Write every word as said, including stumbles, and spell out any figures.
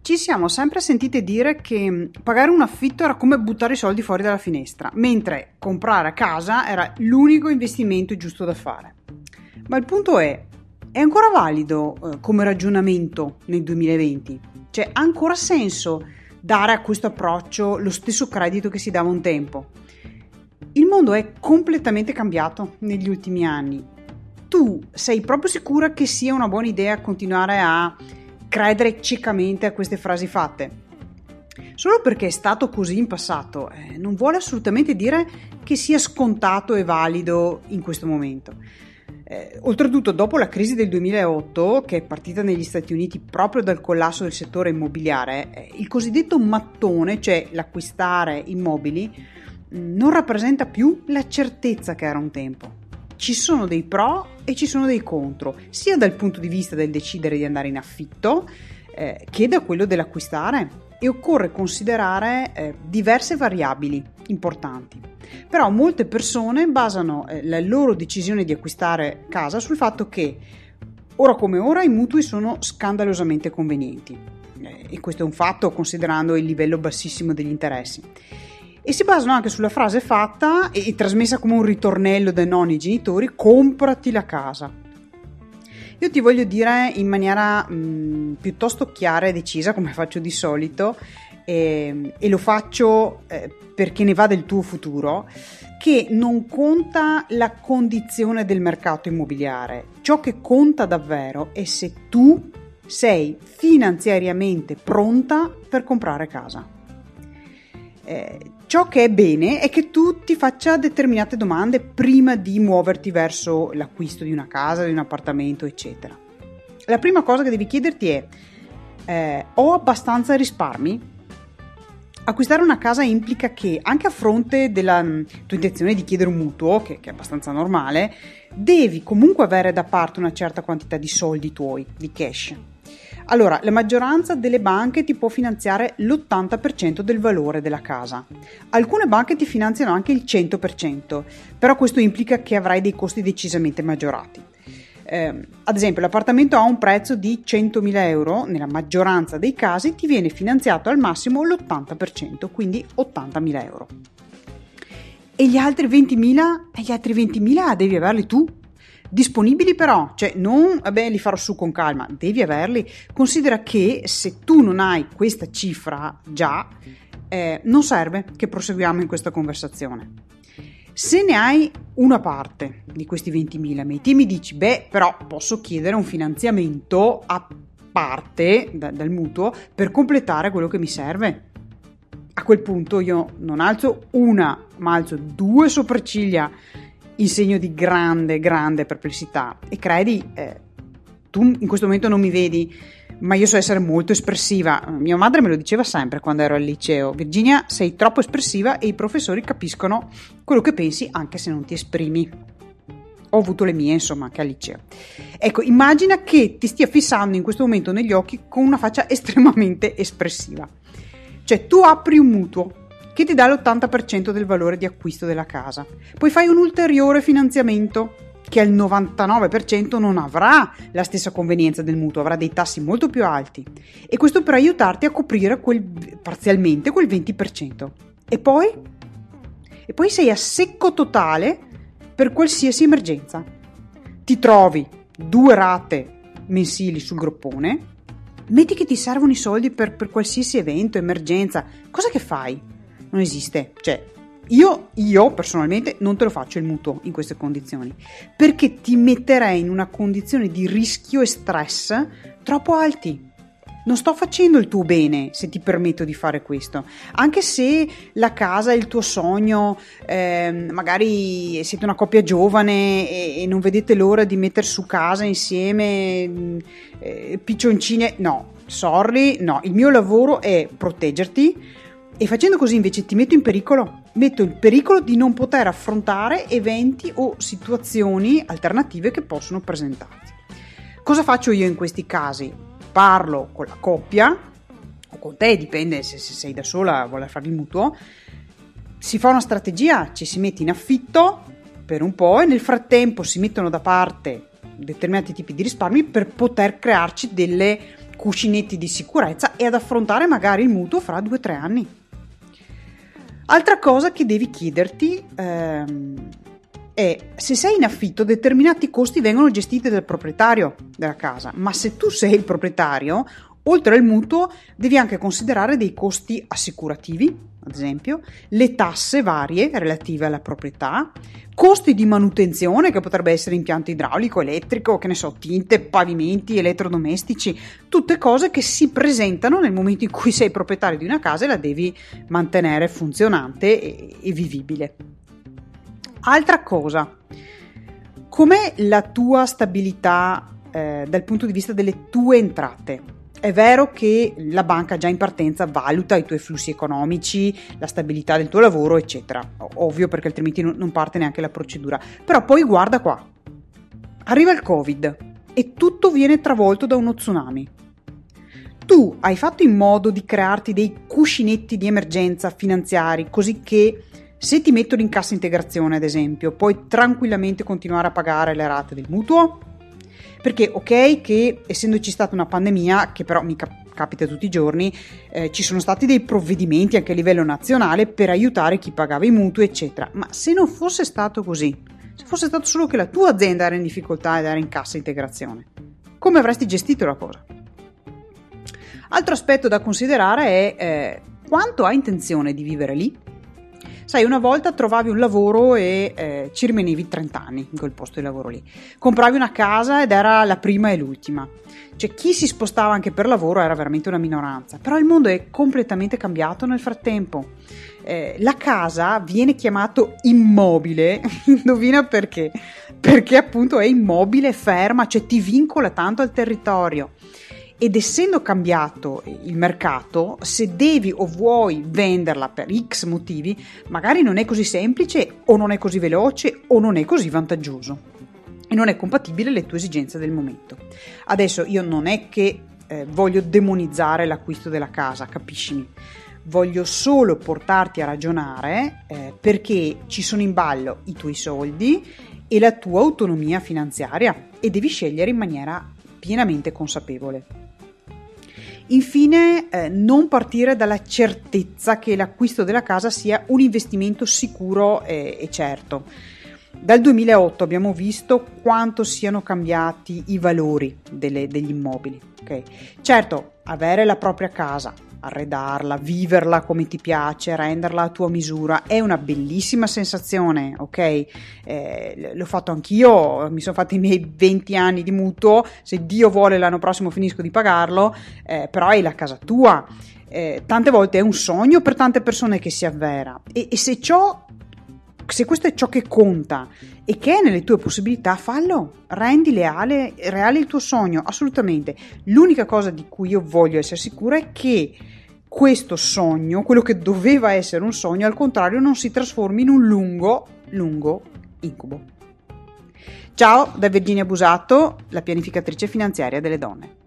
Ci siamo sempre sentite dire che pagare un affitto era come buttare i soldi fuori dalla finestra, mentre comprare a casa era l'unico investimento giusto da fare. Ma il punto è, è ancora valido eh, come ragionamento nel duemilaventi? Cioè, ha ancora senso dare a questo approccio lo stesso credito che si dava un tempo? Il mondo è completamente cambiato negli ultimi anni. Tu sei proprio sicura che sia una buona idea continuare a credere ciecamente a queste frasi fatte? Solo perché è stato così in passato eh, non vuole assolutamente dire che sia scontato e valido in questo momento. Eh, oltretutto, dopo la crisi del duemilaotto, che è partita negli Stati Uniti proprio dal collasso del settore immobiliare, eh, il cosiddetto mattone, cioè l'acquistare immobili, mh, non rappresenta più la certezza che era un tempo. Ci sono dei pro e ci sono dei contro, sia dal punto di vista del decidere di andare in affitto eh, che da quello dell'acquistare, e occorre considerare eh, diverse variabili importanti. Però molte persone basano eh, la loro decisione di acquistare casa sul fatto che ora come ora i mutui sono scandalosamente convenienti, eh, e questo è un fatto considerando il livello bassissimo degli interessi. E si basano anche sulla frase fatta e, e trasmessa come un ritornello dai nonni genitori: comprati la casa. Io ti voglio dire in maniera mh, piuttosto chiara e decisa, come faccio di solito, e, e lo faccio eh, perché ne va del tuo futuro, che non conta la condizione del mercato immobiliare. Ciò che conta davvero è se tu sei finanziariamente pronta per comprare casa. Eh, ciò che è bene è che tu ti faccia determinate domande prima di muoverti verso l'acquisto di una casa, di un appartamento, eccetera. La prima cosa che devi chiederti è: eh, ho abbastanza risparmi? Acquistare una casa implica che, anche a fronte della mh, tua intenzione di chiedere un mutuo, che, che è abbastanza normale, devi comunque avere da parte una certa quantità di soldi tuoi, di cash. Allora, la maggioranza delle banche ti può finanziare l'ottanta per cento del valore della casa. Alcune banche ti finanziano anche il cento per cento, però questo implica che avrai dei costi decisamente maggiorati. Eh, ad esempio, l'appartamento ha un prezzo di centomila euro, nella maggioranza dei casi ti viene finanziato al massimo l'ottanta per cento, quindi ottantamila euro. E gli altri ventimila? E gli altri ventimila devi averli tu. Disponibili però, cioè non, vabbè, li farò su con calma, devi averli. Considera che se tu non hai questa cifra già, eh, non serve che proseguiamo in questa conversazione. Se ne hai una parte di questi ventimila, metti, e mi dici, beh, però posso chiedere un finanziamento a parte da, dal mutuo per completare quello che mi serve. A quel punto io non alzo una, ma alzo due sopracciglia in segno di grande, grande perplessità. E credi, eh, tu in questo momento non mi vedi, ma io so essere molto espressiva. Mia madre me lo diceva sempre quando ero al liceo: Virginia, sei troppo espressiva e i professori capiscono quello che pensi anche se non ti esprimi. Ho avuto le mie, insomma, anche al liceo. Ecco, immagina che ti stia fissando in questo momento negli occhi con una faccia estremamente espressiva. Cioè, tu apri un mutuo che ti dà l'ottanta per cento del valore di acquisto della casa. Poi fai un ulteriore finanziamento che al novantanove per cento non avrà la stessa convenienza del mutuo, avrà dei tassi molto più alti. E questo per aiutarti a coprire quel, parzialmente quel venti per cento. E poi? E poi sei a secco totale per qualsiasi emergenza. Ti trovi due rate mensili sul groppone, metti che ti servono i soldi per, per qualsiasi evento, emergenza. Cosa che fai? Non esiste, cioè io, io personalmente non te lo faccio il mutuo in queste condizioni, perché ti metterei in una condizione di rischio e stress troppo alti. Non sto facendo il tuo bene se ti permetto di fare questo, anche se la casa è il tuo sogno, eh, magari siete una coppia giovane e, e non vedete l'ora di mettere su casa insieme, eh, piccioncine. No, sorry, no, il mio lavoro è proteggerti. E facendo così invece ti metto in pericolo, metto il pericolo di non poter affrontare eventi o situazioni alternative che possono presentarsi. Cosa faccio io in questi casi? Parlo con la coppia, o con te, dipende se, se sei da sola a voler fare il mutuo, si fa una strategia, ci si mette in affitto per un po' e nel frattempo si mettono da parte determinati tipi di risparmi per poter crearci delle cuscinetti di sicurezza e ad affrontare magari il mutuo fra due o tre anni. Altra cosa che devi chiederti ehm, è se sei in affitto determinati costi vengono gestiti dal proprietario della casa, ma se tu sei il proprietario, oltre al mutuo devi anche considerare dei costi assicurativi, ad esempio, le tasse varie relative alla proprietà, costi di manutenzione che potrebbe essere impianto idraulico, elettrico, che ne so, tinte, pavimenti, elettrodomestici, tutte cose che si presentano nel momento in cui sei proprietario di una casa e la devi mantenere funzionante e, e vivibile. Altra cosa, com'è la tua stabilità eh, dal punto di vista delle tue entrate? È vero che la banca già in partenza valuta i tuoi flussi economici, la stabilità del tuo lavoro, eccetera. Ovvio, perché altrimenti non parte neanche la procedura. Però poi guarda qua. Arriva il Covid e tutto viene travolto da uno tsunami. Tu hai fatto in modo di crearti dei cuscinetti di emergenza finanziari, così che se ti mettono in cassa integrazione, ad esempio, puoi tranquillamente continuare a pagare le rate del mutuo? Perché ok che essendoci stata una pandemia, che però mi cap- capita tutti i giorni, eh, ci sono stati dei provvedimenti anche a livello nazionale per aiutare chi pagava i mutui, eccetera. Ma se non fosse stato così, se fosse stato solo che la tua azienda era in difficoltà ed era in cassa integrazione, come avresti gestito la cosa? Altro aspetto da considerare è eh, quanto hai intenzione di vivere lì. Sai, una volta trovavi un lavoro e eh, ci rimanevi trenta anni in quel posto di lavoro lì. Compravi una casa ed era la prima e l'ultima. Cioè, chi si spostava anche per lavoro era veramente una minoranza. Però il mondo è completamente cambiato nel frattempo. Eh, la casa viene chiamato immobile, indovina perché? Perché appunto è immobile, ferma, cioè ti vincola tanto al territorio. Ed essendo cambiato il mercato, se devi o vuoi venderla per X motivi, magari non è così semplice o non è così veloce o non è così vantaggioso e non è compatibile alle tue esigenze del momento. Adesso io non è che eh, voglio demonizzare l'acquisto della casa, capiscimi, voglio solo portarti a ragionare eh, perché ci sono in ballo i tuoi soldi e la tua autonomia finanziaria e devi scegliere in maniera pienamente consapevole. Infine, eh, non partire dalla certezza che l'acquisto della casa sia un investimento sicuro e, e certo. Dal duemilaotto abbiamo visto quanto siano cambiati i valori delle, degli immobili. Okay? Certo, avere la propria casa, arredarla, viverla come ti piace, renderla a tua misura è una bellissima sensazione, ok? Eh, l'ho fatto anch'io, mi sono fatti i miei venti anni di mutuo, se Dio vuole l'anno prossimo finisco di pagarlo, eh, però è la casa tua. Eh, tante volte è un sogno per tante persone che si avvera e, e se ciò se questo è ciò che conta e che è nelle tue possibilità, fallo, rendi leale, reale il tuo sogno, assolutamente. L'unica cosa di cui io voglio essere sicura è che questo sogno, quello che doveva essere un sogno, al contrario non si trasformi in un lungo, lungo incubo. Ciao da Virginia Busato, la pianificatrice finanziaria delle donne.